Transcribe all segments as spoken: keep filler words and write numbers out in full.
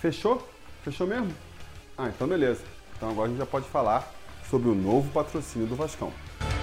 Fechou? Fechou mesmo? Ah, então beleza. Então agora a gente já pode falar sobre o novo patrocínio do Vascão.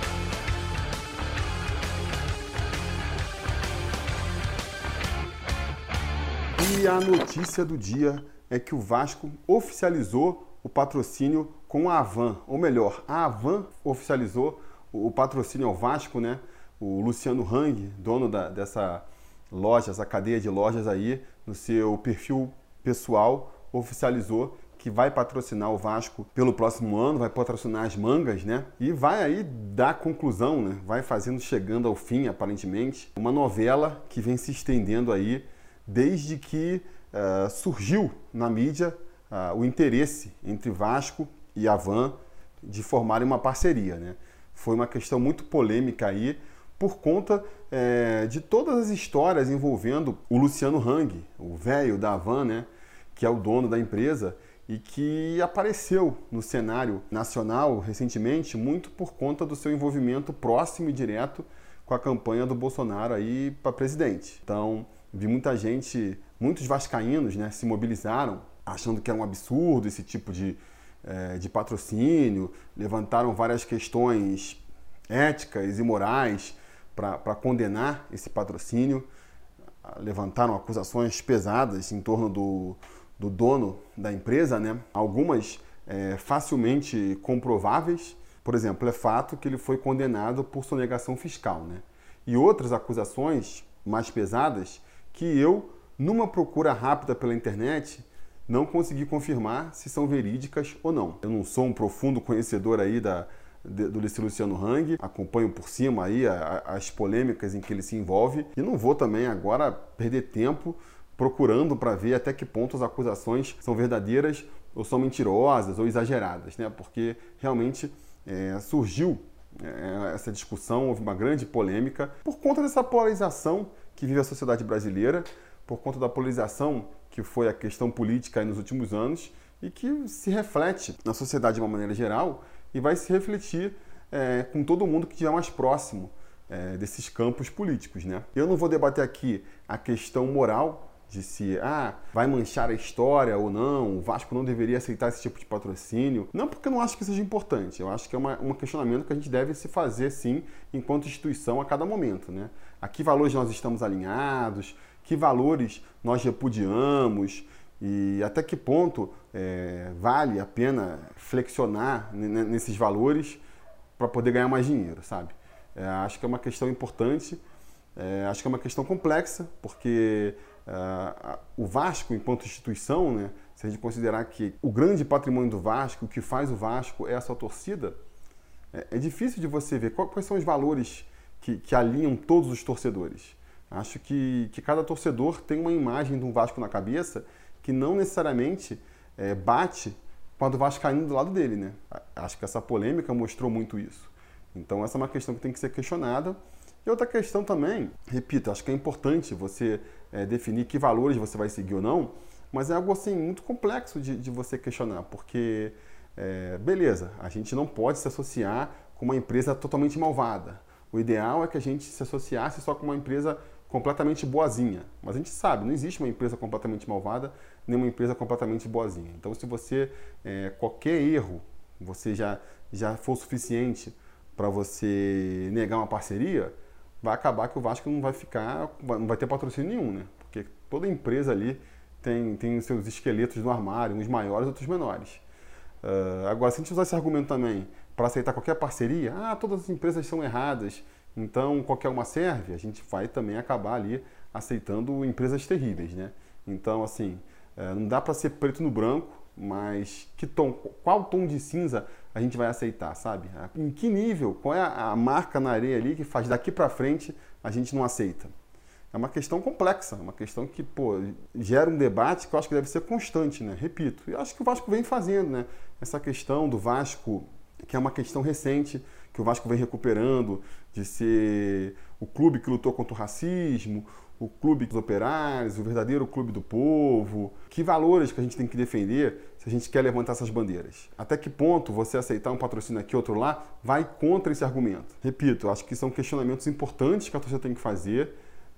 E a notícia do dia é que o Vasco oficializou o patrocínio com a Havan, ou melhor, a Havan oficializou o patrocínio ao Vasco, né? O Luciano Hang, dono da, dessa loja, essa cadeia de lojas aí, no seu perfil pessoal, oficializou que vai patrocinar o Vasco pelo próximo ano, vai patrocinar as mangas, né? E vai aí dar conclusão, né? Vai fazendo, chegando ao fim, aparentemente, uma novela que vem se estendendo aí desde que uh, surgiu na mídia uh, o interesse entre Vasco e Havan de formarem uma parceria, né? Foi uma questão muito polêmica aí, por conta é, de todas as histórias envolvendo o Luciano Hang, o velho da Havan, né, que é o dono da empresa e que apareceu no cenário nacional recentemente muito por conta do seu envolvimento próximo e direto com a campanha do Bolsonaro aí para presidente. Então, vi muita gente, muitos vascaínos, né, se mobilizaram achando que era um absurdo esse tipo de, é, de patrocínio, levantaram várias questões éticas e morais para condenar esse patrocínio, levantaram acusações pesadas em torno do, do dono da empresa, né? Algumas é, facilmente comprováveis. Por exemplo, é fato que ele foi condenado por sonegação fiscal, né? E outras acusações mais pesadas que eu, numa procura rápida pela internet, não consegui confirmar se são verídicas ou não. Eu não sou um profundo conhecedor aí da do Luciano Hang, acompanho por cima aí as polêmicas em que ele se envolve e não vou também agora perder tempo procurando para ver até que ponto as acusações são verdadeiras ou são mentirosas ou exageradas, né? Porque realmente é, surgiu é, essa discussão, houve uma grande polêmica por conta dessa polarização que vive a sociedade brasileira, por conta da polarização que foi a questão política aí nos últimos anos e que se reflete na sociedade de uma maneira geral e vai se refletir é, com todo mundo que estiver mais próximo é, desses campos políticos, né? Eu não vou debater aqui a questão moral de se ah, vai manchar a história ou não, o Vasco não deveria aceitar esse tipo de patrocínio. Não porque eu não acho que seja importante, eu acho que é uma, um questionamento que a gente deve se fazer, sim, enquanto instituição a cada momento, né? A que valores nós estamos alinhados, que valores nós repudiamos, e até que ponto é, vale a pena flexionar nesses valores para poder ganhar mais dinheiro, sabe? É, acho que é uma questão importante, é, acho que é uma questão complexa, porque é, o Vasco, enquanto instituição, né, se a gente considerar que o grande patrimônio do Vasco, o que faz o Vasco é a sua torcida, é, é difícil de você ver quais são os valores que, que alinham todos os torcedores. Acho que, que cada torcedor tem uma imagem de um Vasco na cabeça que não necessariamente é, bate com a do vascaíno do lado dele, né? Acho que essa polêmica mostrou muito isso. Então essa é uma questão que tem que ser questionada. E outra questão também, repito, acho que é importante você é, definir que valores você vai seguir ou não, mas é algo assim muito complexo de, de você questionar, porque, é, beleza, a gente não pode se associar com uma empresa totalmente malvada. O ideal é que a gente se associasse só com uma empresa completamente boazinha. Mas a gente sabe, não existe uma empresa completamente malvada, nem uma empresa completamente boazinha. Então, se você, é, qualquer erro, você já, já for suficiente para você negar uma parceria, vai acabar que o Vasco não vai ficar, não vai ter patrocínio nenhum, né? Porque toda empresa ali tem, tem os seus esqueletos no armário, uns maiores, outros menores. Uh, agora, se a gente usar esse argumento também para aceitar qualquer parceria, ah, todas as empresas são erradas, então qualquer uma serve, a gente vai também acabar ali aceitando empresas terríveis, né? Então, assim, não dá para ser preto no branco, mas que tom, qual tom de cinza a gente vai aceitar, sabe? Em que nível, qual é a marca na areia ali que faz daqui para frente a gente não aceita? É uma questão complexa, uma questão que, pô, gera um debate que eu acho que deve ser constante, né? Repito, eu acho que o Vasco vem fazendo, né? Essa questão do Vasco, que é uma questão recente, que o Vasco vem recuperando, de ser o clube que lutou contra o racismo, o clube dos operários, o verdadeiro clube do povo. Que valores que a gente tem que defender se a gente quer levantar essas bandeiras? Até que ponto você aceitar um patrocínio aqui, outro lá, vai contra esse argumento? Repito, acho que são questionamentos importantes que a torcida tem que fazer.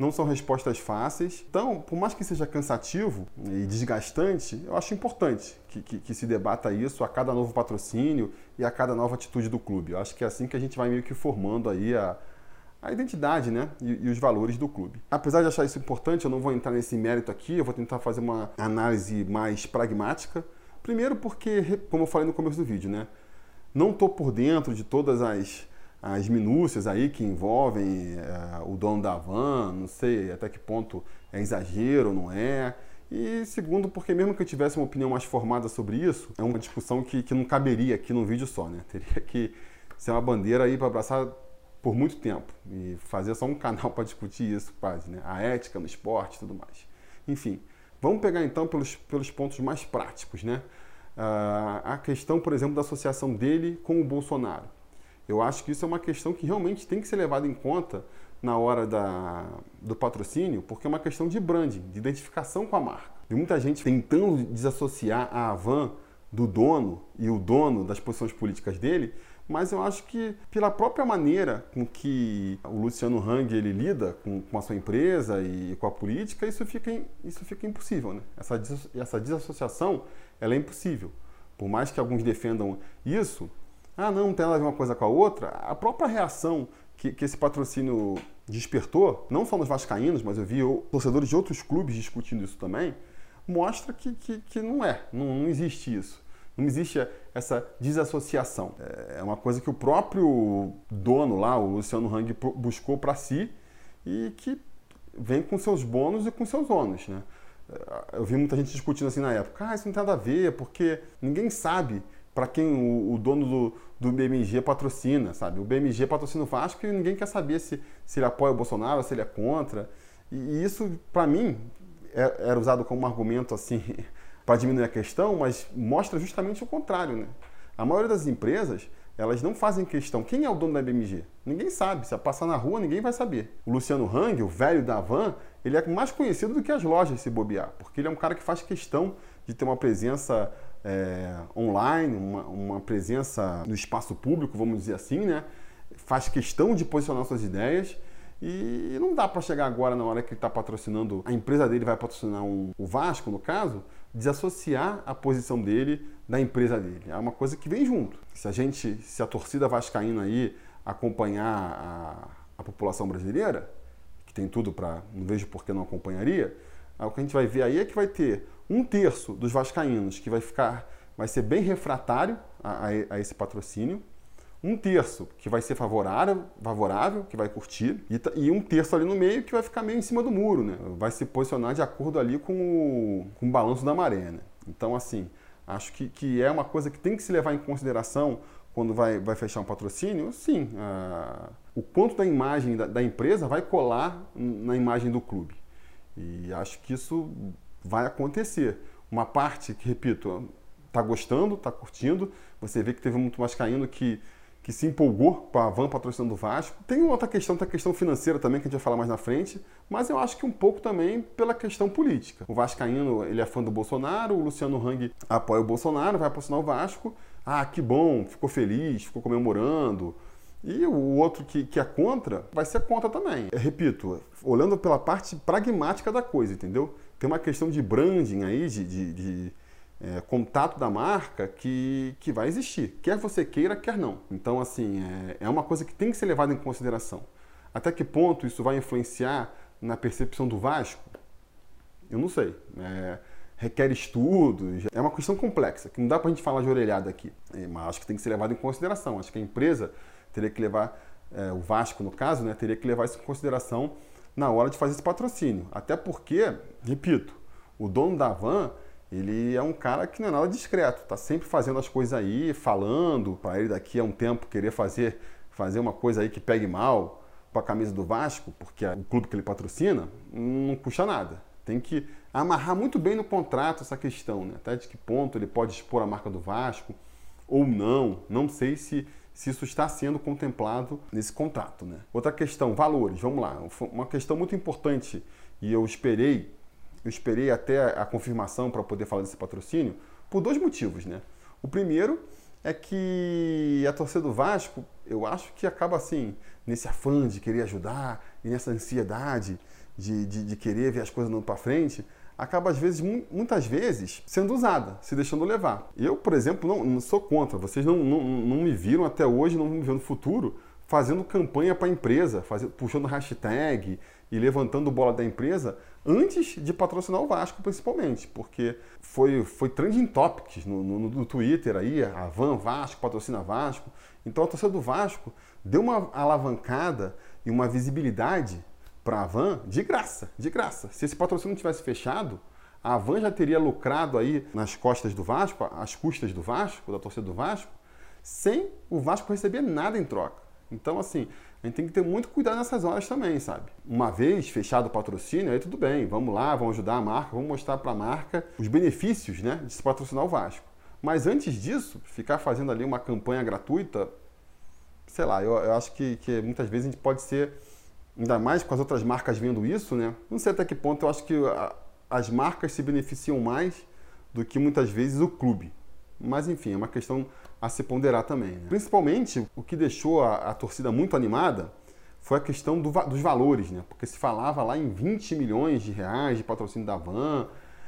não são respostas fáceis. Então, por mais que seja cansativo e desgastante, eu acho importante que, que, que se debata isso a cada novo patrocínio e a cada nova atitude do clube. Eu acho que é assim que a gente vai meio que formando aí a, a identidade, né? e, e os valores do clube. Apesar de achar isso importante, eu não vou entrar nesse mérito aqui, eu vou tentar fazer uma análise mais pragmática. Primeiro porque, como eu falei no começo do vídeo, né? Não estou por dentro de todas as, as minúcias aí que envolvem é, o dono da van, não sei até que ponto é exagero ou não é. E segundo, porque mesmo que eu tivesse uma opinião mais formada sobre isso, é uma discussão que, que não caberia aqui num vídeo só, né? Teria que ser uma bandeira aí para abraçar por muito tempo e fazer só um canal para discutir isso quase, né? A ética no esporte e tudo mais. Enfim. Vamos pegar então pelos, pelos pontos mais práticos, né? Uh, a questão, por exemplo, da associação dele com o Bolsonaro. Eu acho que isso é uma questão que realmente tem que ser levada em conta na hora da, do patrocínio, porque é uma questão de branding, de identificação com a marca. E muita gente tentando desassociar a Havan do dono e o dono das posições políticas dele, mas eu acho que pela própria maneira com que o Luciano Hang ele lida com, com a sua empresa e com a política, isso fica, isso fica impossível, né? Essa, essa desassociação ela é impossível. Por mais que alguns defendam isso, ah, não, não tem nada a ver uma coisa com a outra, a própria reação que, que esse patrocínio despertou, não só nos vascaínos, mas eu vi torcedores de outros clubes discutindo isso também, mostra que, que, que não é, não, não existe isso. Não existe essa desassociação. É uma coisa que o próprio dono lá, o Luciano Hang, buscou para si e que vem com seus bônus e com seus ônus, né? Eu vi muita gente discutindo assim na época, ah, isso não tem nada a ver, porque ninguém sabe para quem o, o dono do, do B M G patrocina, sabe? O B M G patrocina o Vasco e ninguém quer saber se, se ele apoia o Bolsonaro, se ele é contra. E, e isso, para mim, é, era usado como um argumento assim para diminuir a questão, mas mostra justamente o contrário, né? A maioria das empresas, elas não fazem questão. Quem é o dono da B M G? Ninguém sabe. Se passar na rua, ninguém vai saber. O Luciano Hang, o velho da van, ele é mais conhecido do que as lojas, se bobear, porque ele é um cara que faz questão de ter uma presença é, online, uma, uma presença no espaço público, vamos dizer assim, né? Faz questão de posicionar suas ideias. E não dá para chegar agora, na hora que ele está patrocinando, a empresa dele vai patrocinar um, o Vasco, no caso, desassociar a posição dele da empresa dele. É uma coisa que vem junto. Se a gente, se a torcida vascaína aí acompanhar a, a população brasileira, que tem tudo para, não vejo por que não acompanharia, o que a gente vai ver aí é que vai ter um terço dos vascaínos que vai ficar, vai ser bem refratário a, a, a esse patrocínio, um terço que vai ser favorável, favorável que vai curtir, e, e um terço ali no meio que vai ficar meio em cima do muro, né? Vai se posicionar de acordo ali com o, com o balanço da maré, né? Então, assim, acho que, que é uma coisa que tem que se levar em consideração quando vai, vai fechar um patrocínio. Sim, a, o quanto da imagem da, da empresa vai colar na imagem do clube. E acho que isso vai acontecer. Uma parte que, repito, tá gostando, tá curtindo, você vê que teve muito vascaíno que que se empolgou com a van patrocinando o Vasco. Tem outra questão, tem a questão financeira também, que a gente vai falar mais na frente, mas eu acho que um pouco também pela questão política. O vascaíno, ele é fã do Bolsonaro, o Luciano Hang apoia o Bolsonaro, vai patrocinar o Vasco. Ah, que bom, ficou feliz, ficou comemorando. E o outro que, que é contra, vai ser contra também. Eu repito, olhando pela parte pragmática da coisa, entendeu? Tem uma questão de branding aí, de... de, de É, contato da marca que, que vai existir, quer você queira, quer não. Então, assim, é, é uma coisa que tem que ser levada em consideração. Até que ponto isso vai influenciar na percepção do Vasco? Eu não sei. É, requer estudos, é uma questão complexa, que não dá pra gente falar de orelhada aqui. É, mas acho que tem que ser levado em consideração. Acho que a empresa teria que levar, é, o Vasco no caso, né, teria que levar isso em consideração na hora de fazer esse patrocínio. Até porque, repito, o dono da van, ele é um cara que não é nada discreto, tá sempre fazendo as coisas aí, falando, para ele daqui a um tempo querer fazer, fazer uma coisa aí que pegue mal com a camisa do Vasco, porque é o clube que ele patrocina, não custa nada. Tem que amarrar muito bem no contrato essa questão, né? Até de que ponto ele pode expor a marca do Vasco ou não, não sei se, se isso está sendo contemplado nesse contrato, né? Outra questão, valores, vamos lá, uma questão muito importante e eu esperei Eu esperei até a confirmação para poder falar desse patrocínio por dois motivos, né? O primeiro é que a torcida do Vasco, eu acho que acaba assim, nesse afã de querer ajudar e nessa ansiedade de, de, de querer ver as coisas andando para frente, acaba, às vezes, muitas vezes, sendo usada, se deixando levar. Eu, por exemplo, não, não sou contra. Vocês não, não, não me viram até hoje, não me viram no futuro, fazendo campanha para a empresa, fazendo, puxando hashtag e levantando bola da empresa antes de patrocinar o Vasco, principalmente, porque foi, foi trending topics no, no, no Twitter aí, a Van Vasco, patrocina Vasco. Então a torcida do Vasco deu uma alavancada e uma visibilidade para a Van de graça, de graça. Se esse patrocínio não tivesse fechado, a Van já teria lucrado aí nas costas do Vasco, às custas do Vasco, da torcida do Vasco, sem o Vasco receber nada em troca. Então, assim, a gente tem que ter muito cuidado nessas horas também, sabe? Uma vez fechado o patrocínio, aí tudo bem, vamos lá, vamos ajudar a marca, vamos mostrar para a marca os benefícios, né, de se patrocinar o Vasco. Mas antes disso, ficar fazendo ali uma campanha gratuita, sei lá, eu, eu acho que, que muitas vezes a gente pode ser, ainda mais com as outras marcas vendo isso, né? Não sei até que ponto eu acho que a, as marcas se beneficiam mais do que muitas vezes o clube. Mas enfim, é uma questão a se ponderar também, né? Principalmente, o que deixou a, a torcida muito animada foi a questão do, dos valores, né? Porque se falava lá em vinte milhões de reais de patrocínio da Van,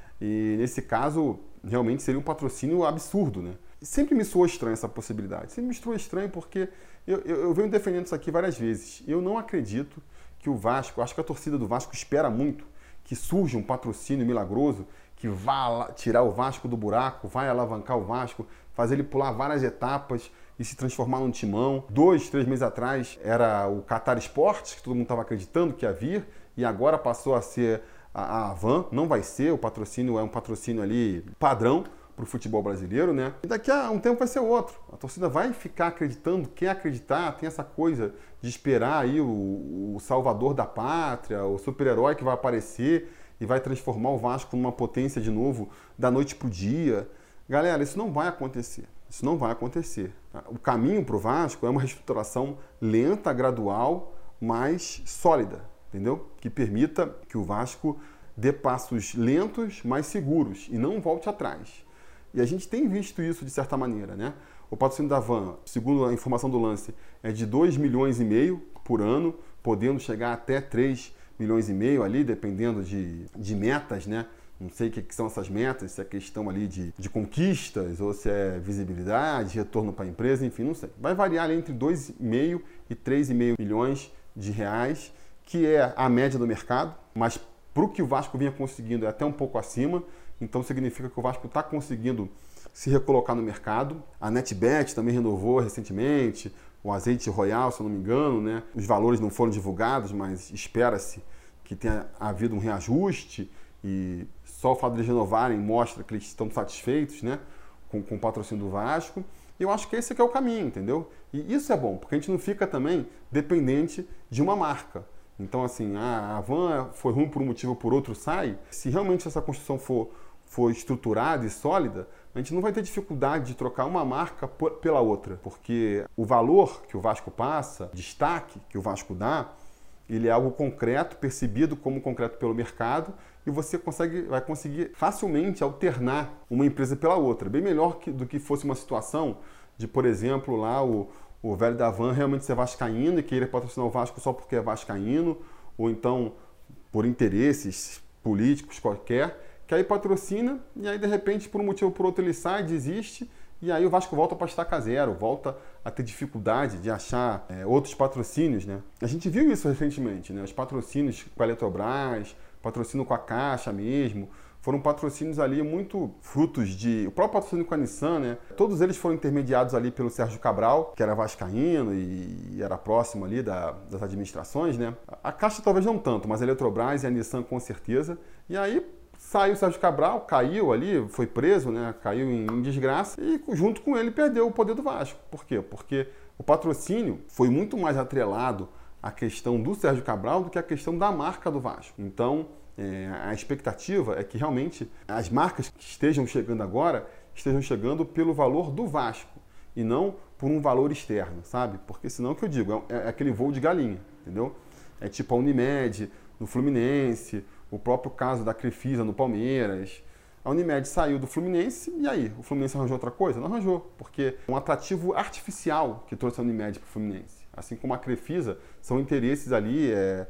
e nesse caso, realmente seria um patrocínio absurdo, né? E sempre me soou estranho essa possibilidade. Sempre me soou estranho porque eu, eu, eu venho defendendo isso aqui várias vezes. Eu não acredito que o Vasco, acho que a torcida do Vasco espera muito que surja um patrocínio milagroso que vá tirar o Vasco do buraco, vai alavancar o Vasco, fazer ele pular várias etapas e se transformar num timão. Dois, três meses atrás era o Qatar Esportes, que todo mundo estava acreditando que ia vir, e agora passou a ser a, a Van. Não vai ser, o patrocínio é um patrocínio ali padrão para o futebol brasileiro, né? E daqui a um tempo vai ser outro. A torcida vai ficar acreditando, quer acreditar, tem essa coisa de esperar aí o, o salvador da pátria, o super-herói que vai aparecer e vai transformar o Vasco numa potência de novo da noite para o dia. Galera, isso não vai acontecer. Isso não vai acontecer. O caminho para o Vasco é uma reestruturação lenta, gradual, mas sólida, entendeu? Que permita que o Vasco dê passos lentos, mas seguros e não volte atrás. E a gente tem visto isso de certa maneira, né? O patrocínio da Van, segundo a informação do Lance, é de dois milhões e meio por ano, podendo chegar até três milhões e meio ali, dependendo de, de metas, né? Não sei o que, que são essas metas, se é questão ali de, de conquistas, ou se é visibilidade, retorno para a empresa, enfim, não sei. Vai variar ali entre dois vírgula cinco e três vírgula cinco milhões de reais, que é a média do mercado, mas para o que o Vasco vinha conseguindo é até um pouco acima, então significa que o Vasco está conseguindo se recolocar no mercado. A NetBet também renovou recentemente, o Azeite Royal, se eu não me engano, né? Os valores não foram divulgados, mas espera-se que tenha havido um reajuste e só o fato de eles renovarem mostra que eles estão satisfeitos, né? com, com o patrocínio do Vasco. E eu acho que esse aqui é o caminho, entendeu? E isso é bom, porque a gente não fica também dependente de uma marca. Então, assim, ah, a Van foi ruim por um motivo ou por outro, sai. Se realmente essa construção for, for estruturada e sólida, a gente não vai ter dificuldade de trocar uma marca por, pela outra, porque o valor que o Vasco passa, destaque que o Vasco dá, ele é algo concreto, percebido como concreto pelo mercado, e você consegue, vai conseguir facilmente alternar uma empresa pela outra. Bem melhor que, do que fosse uma situação de, por exemplo, lá o, o velho da Van realmente ser vascaíno e querer patrocinar o Vasco só porque é vascaíno, ou então por interesses políticos qualquer, que aí patrocina e aí de repente por um motivo ou por outro ele sai, desiste, e aí o Vasco volta para estaca zero, volta a ter dificuldade de achar é, outros patrocínios, né? A gente viu isso recentemente, né? Os patrocínios com a Eletrobras, patrocínio com a Caixa mesmo, foram patrocínios ali muito frutos de... O próprio patrocínio com a Nissan, né? Todos eles foram intermediados ali pelo Sérgio Cabral, que era vascaíno e era próximo ali da, das administrações, né? A Caixa talvez não tanto, mas a Eletrobras e a Nissan com certeza. E aí saiu o Sérgio Cabral, caiu ali, foi preso, né? Caiu em, em desgraça e junto com ele perdeu o poder do Vasco. Por quê? Porque o patrocínio foi muito mais atrelado à questão do Sérgio Cabral do que à questão da marca do Vasco. Então, é, a expectativa é que realmente as marcas que estejam chegando agora estejam chegando pelo valor do Vasco e não por um valor externo, sabe? Porque senão, o que eu digo, é, é aquele voo de galinha, entendeu? É tipo a Unimed no Fluminense, o próprio caso da Crefisa no Palmeiras. A Unimed saiu do Fluminense e aí? O Fluminense arranjou outra coisa? Não arranjou, porque é um atrativo artificial que trouxe a Unimed para o Fluminense. Assim como a Crefisa, são interesses ali é,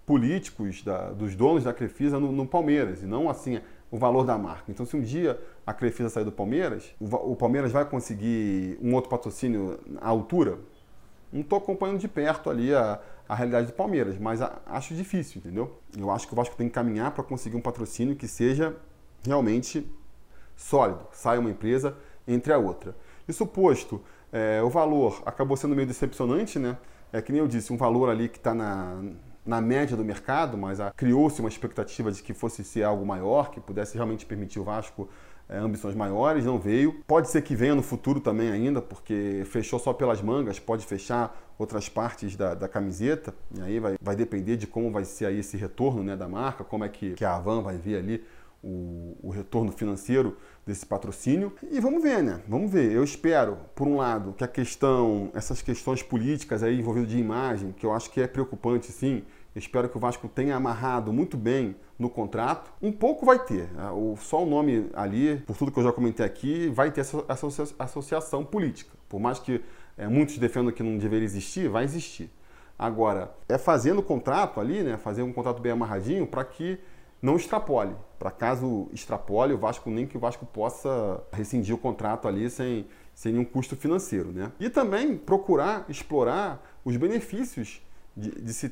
políticos, da, dos donos da Crefisa no, no Palmeiras, e não assim o valor da marca. Então, se um dia a Crefisa sair do Palmeiras, o, o Palmeiras vai conseguir um outro patrocínio à altura? Não estou acompanhando de perto ali a, a realidade do Palmeiras, mas a, acho difícil, entendeu? Eu acho que o Vasco tem que caminhar para conseguir um patrocínio que seja realmente sólido, saia uma empresa entre a outra. Isso posto, é, o valor acabou sendo meio decepcionante, né? É que nem eu disse, um valor ali que está na, na média do mercado, mas criou-se uma expectativa de que fosse ser algo maior, que pudesse realmente permitir o Vasco é, ambições maiores, não veio. Pode ser que venha no futuro também ainda, porque fechou só pelas mangas, pode fechar outras partes da, da camiseta, e aí vai, vai depender de como vai ser aí esse retorno, né, da marca, como é que, que a Havan vai ver ali o, o retorno financeiro desse patrocínio. E vamos ver, né? Vamos ver. Eu espero, por um lado, que a questão, essas questões políticas aí envolvidas de imagem, que eu acho que é preocupante, sim, eu espero que o Vasco tenha amarrado muito bem no contrato. Um pouco vai ter. O, só o nome ali, por tudo que eu já comentei aqui, vai ter essa associa associação política. Por mais que é, muitos defendam que não deveria existir, vai existir. Agora, é fazendo o contrato ali, né? Fazer um contrato bem amarradinho para que não extrapole. Para caso extrapole, o Vasco nem que o Vasco possa rescindir o contrato ali sem, sem nenhum custo financeiro, né? E também procurar explorar os benefícios de, de se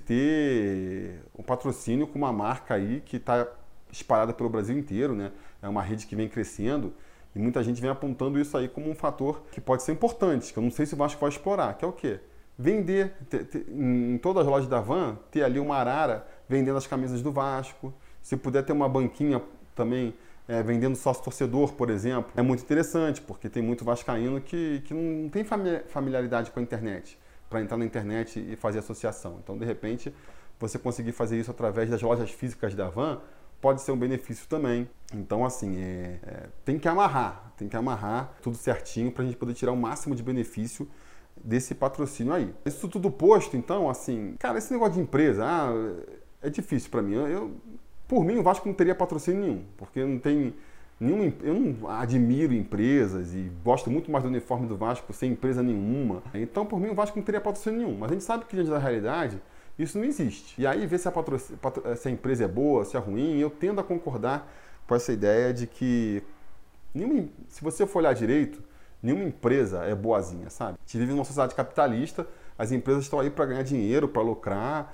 ter um patrocínio com uma marca aí que está espalhada pelo Brasil inteiro, né? É uma rede que vem crescendo e muita gente vem apontando isso aí como um fator que pode ser importante, que eu não sei se o Vasco vai explorar, que é o quê? Vender, ter, ter, em todas as lojas da Havan, ter ali uma arara vendendo as camisas do Vasco. Se puder ter uma banquinha também é, vendendo sócio-torcedor, por exemplo, é muito interessante, porque tem muito vascaíno que, que não tem familiaridade com a internet, para entrar na internet e fazer associação. Então, de repente, você conseguir fazer isso através das lojas físicas da Havan pode ser um benefício também. Então, assim, é, é, tem que amarrar, tem que amarrar tudo certinho para a gente poder tirar o máximo de benefício desse patrocínio aí. Isso tudo posto, então, assim, cara, esse negócio de empresa, ah, é difícil para mim. Eu, eu Por mim, o Vasco não teria patrocínio nenhum, porque não tem nenhum, eu não admiro empresas e gosto muito mais do uniforme do Vasco sem empresa nenhuma. Então, por mim, o Vasco não teria patrocínio nenhum. Mas a gente sabe que, diante da realidade, isso não existe. E aí, ver se a, se a empresa é boa, se é ruim, eu tendo a concordar com essa ideia de que, nenhuma, se você for olhar direito, nenhuma empresa é boazinha, sabe? A gente vive numa sociedade capitalista, as empresas estão aí para ganhar dinheiro, para lucrar,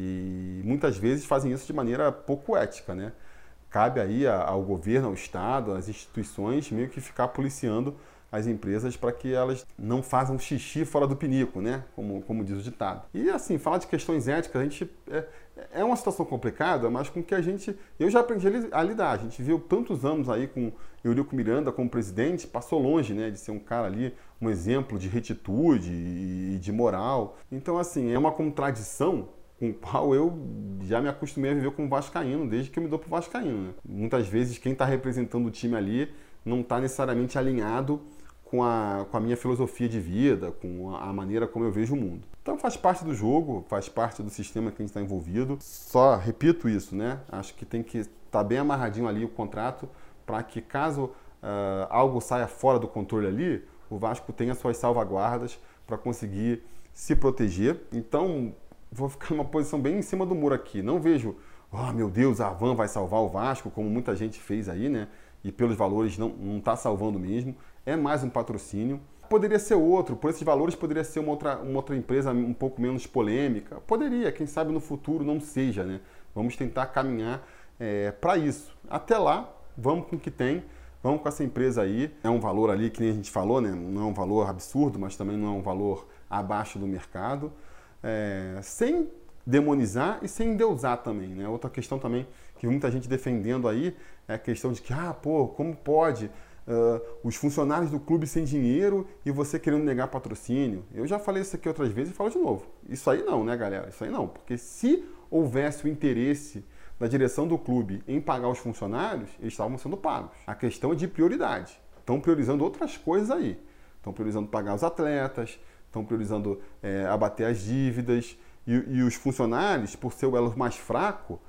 e muitas vezes fazem isso de maneira pouco ética, né? Cabe aí ao governo, ao Estado, às instituições, meio que ficar policiando as empresas para que elas não façam xixi fora do pinico, né? Como, como diz o ditado. E assim, falar de questões éticas, a gente é, é uma situação complicada, mas com que a gente... Eu já aprendi a lidar. A gente viu tantos anos aí com Eurico Miranda como presidente, passou longe, né? De ser um cara ali, um exemplo de retitude e de moral. Então, assim, é uma contradição com o qual eu já me acostumei a viver como vascaíno, desde que eu me dou pro vascaíno, né? Muitas vezes quem está representando o time ali não está necessariamente alinhado com a, com a minha filosofia de vida, com a, a maneira como eu vejo o mundo. Então faz parte do jogo, faz parte do sistema que a gente está envolvido. Só repito isso, né? Acho que tem que estar tá bem amarradinho ali o contrato para que caso uh, algo saia fora do controle ali, o Vasco tenha suas salvaguardas para conseguir se proteger. Então, vou ficar numa posição bem em cima do muro aqui. Não vejo, oh meu Deus, a Havan vai salvar o Vasco, como muita gente fez aí, né? E pelos valores não não está salvando mesmo. É mais um patrocínio. Poderia ser outro, por esses valores poderia ser uma outra, uma outra empresa um pouco menos polêmica. Poderia, quem sabe no futuro não seja, né? Vamos tentar caminhar é, para isso. Até lá, vamos com o que tem. Vamos com essa empresa aí. É um valor ali, que nem a gente falou, né? Não é um valor absurdo, mas também não é um valor abaixo do mercado. É, sem demonizar e sem endeusar também, né? Outra questão também que muita gente defendendo aí é a questão de que, ah, pô, como pode uh, os funcionários do clube sem dinheiro e você querendo negar patrocínio? Eu já falei isso aqui outras vezes e falo de novo. Isso aí não, né, galera? Isso aí não, porque se houvesse o interesse da direção do clube em pagar os funcionários, eles estavam sendo pagos. A questão é de prioridade. Estão priorizando outras coisas aí. Estão priorizando pagar os atletas, estão priorizando é, abater as dívidas e, e os funcionários, por ser o elo mais fraco,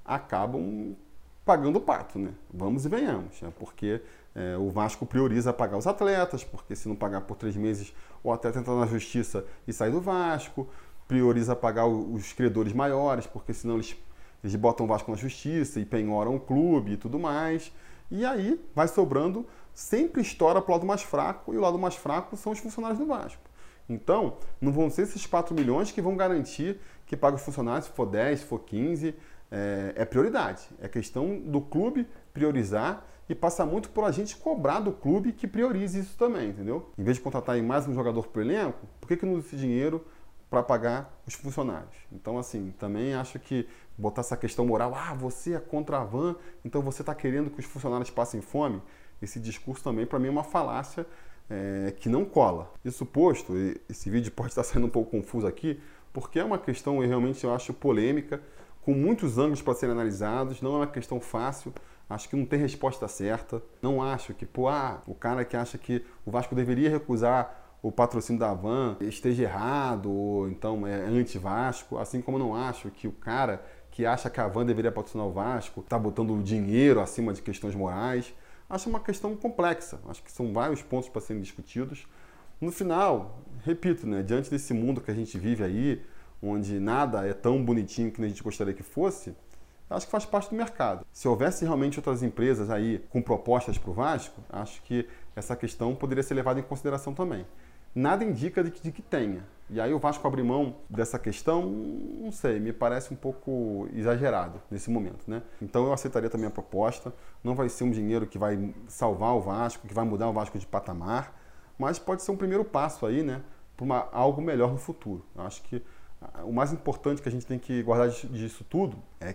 acabam pagando o pato, né? Vamos e venhamos, né? Porque é, o Vasco prioriza pagar os atletas, porque se não pagar por três meses, o atleta entra na justiça e sai do Vasco. prioriza pagar os credores maiores, porque senão eles, eles botam o Vasco na justiça e penhoram o clube e tudo mais. E aí vai sobrando, sempre estoura para o lado mais fraco, e o lado mais fraco são os funcionários do Vasco. Então, não vão ser esses quatro milhões que vão garantir que pague os funcionários, se for dez, se for quinze, é, é prioridade. É questão do clube priorizar e passa muito por a gente cobrar do clube que priorize isso também, entendeu? Em vez de contratar aí mais um jogador para o elenco, por que que não usa esse dinheiro para pagar os funcionários? Então, assim, também acho que botar essa questão moral, ah, você é contra a van, então você está querendo que os funcionários passem fome, esse discurso também, para mim, é uma falácia é, que não cola. Isso posto, esse vídeo pode estar saindo um pouco confuso aqui, porque é uma questão, realmente, eu acho, polêmica, com muitos ângulos para serem analisados, não é uma questão fácil, acho que não tem resposta certa, não acho que, pô, ah, o cara que acha que o Vasco deveria recusar o patrocínio da van esteja errado, ou então é anti-Vasco, assim como não acho que o cara que acha que a van deveria patrocinar o Vasco está botando dinheiro acima de questões morais. Acho uma questão complexa, acho que são vários pontos para serem discutidos. No final, repito, né, diante desse mundo que a gente vive aí, onde nada é tão bonitinho que a gente gostaria que fosse, acho que faz parte do mercado. Se houvesse realmente outras empresas aí com propostas para o Vasco, acho que essa questão poderia ser levada em consideração também. Nada indica de que, de que tenha. E aí o Vasco abrir mão dessa questão, não sei, me parece um pouco exagerado nesse momento, né? Então eu aceitaria também a proposta. Não vai ser um dinheiro que vai salvar o Vasco, que vai mudar o Vasco de patamar, mas pode ser um primeiro passo aí, né, para uma, algo melhor no futuro. Eu acho que o mais importante que a gente tem que guardar disso tudo é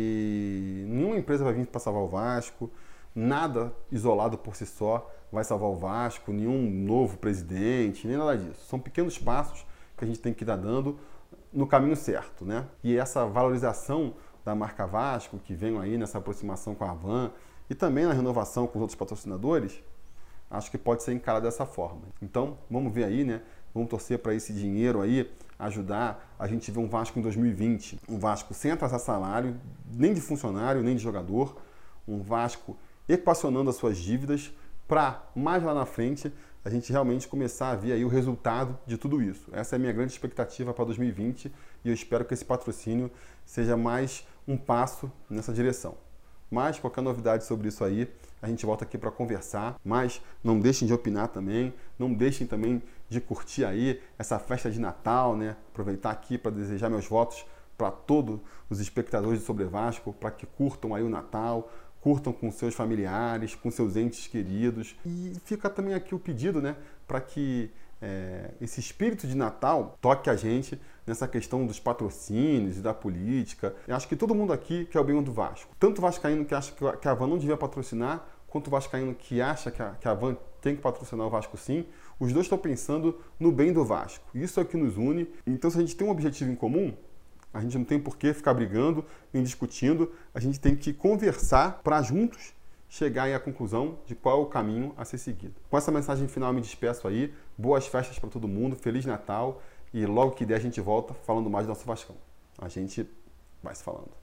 que nenhuma empresa vai vir para salvar o Vasco, nada isolado por si só vai salvar o Vasco, nenhum novo presidente, nem nada disso. São pequenos passos que a gente tem que ir dando no caminho certo, né? E essa valorização da marca Vasco, que vem aí nessa aproximação com a van e também na renovação com os outros patrocinadores, acho que pode ser encarado dessa forma. Então, vamos ver aí, né? Vamos torcer para esse dinheiro aí ajudar a gente ver um Vasco em dois mil e vinte, um Vasco sem atrasar salário, nem de funcionário, nem de jogador, um Vasco equacionando as suas dívidas, para mais lá na frente a gente realmente começar a ver aí o resultado de tudo isso. Essa é a minha grande expectativa para dois mil e vinte e eu espero que esse patrocínio seja mais um passo nessa direção. Mas qualquer novidade sobre isso aí, a gente volta aqui para conversar. Mas não deixem de opinar também, não deixem também de curtir aí essa festa de Natal, né? Aproveitar aqui para desejar meus votos para todos os espectadores do Sobre Vasco, para que curtam aí o Natal, curtam com seus familiares, com seus entes queridos. E fica também aqui o pedido, né, para que é, esse espírito de Natal toque a gente nessa questão dos patrocínios e da política. Eu acho que todo mundo aqui quer o bem do Vasco. Tanto o vascaíno que acha que a van não devia patrocinar, quanto o vascaíno que acha que a, que a van tem que patrocinar o Vasco sim. Os dois estão pensando no bem do Vasco. Isso é o que nos une. Então, se a gente tem um objetivo em comum, a gente não tem por que ficar brigando nem discutindo, a gente tem que conversar para juntos chegar à conclusão de qual é o caminho a ser seguido. Com essa mensagem final eu me despeço aí, boas festas para todo mundo, Feliz Natal e logo que der a gente volta falando mais do nosso Vascão. A gente vai se falando.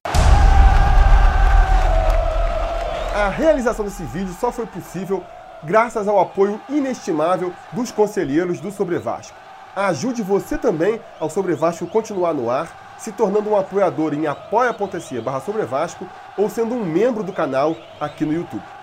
A realização desse vídeo só foi possível graças ao apoio inestimável dos conselheiros do Sobre Vasco. Ajude você também ao Sobre Vasco continuar no ar, se tornando um apoiador em apoia.se barra Sobre Vasco ou sendo um membro do canal aqui no YouTube.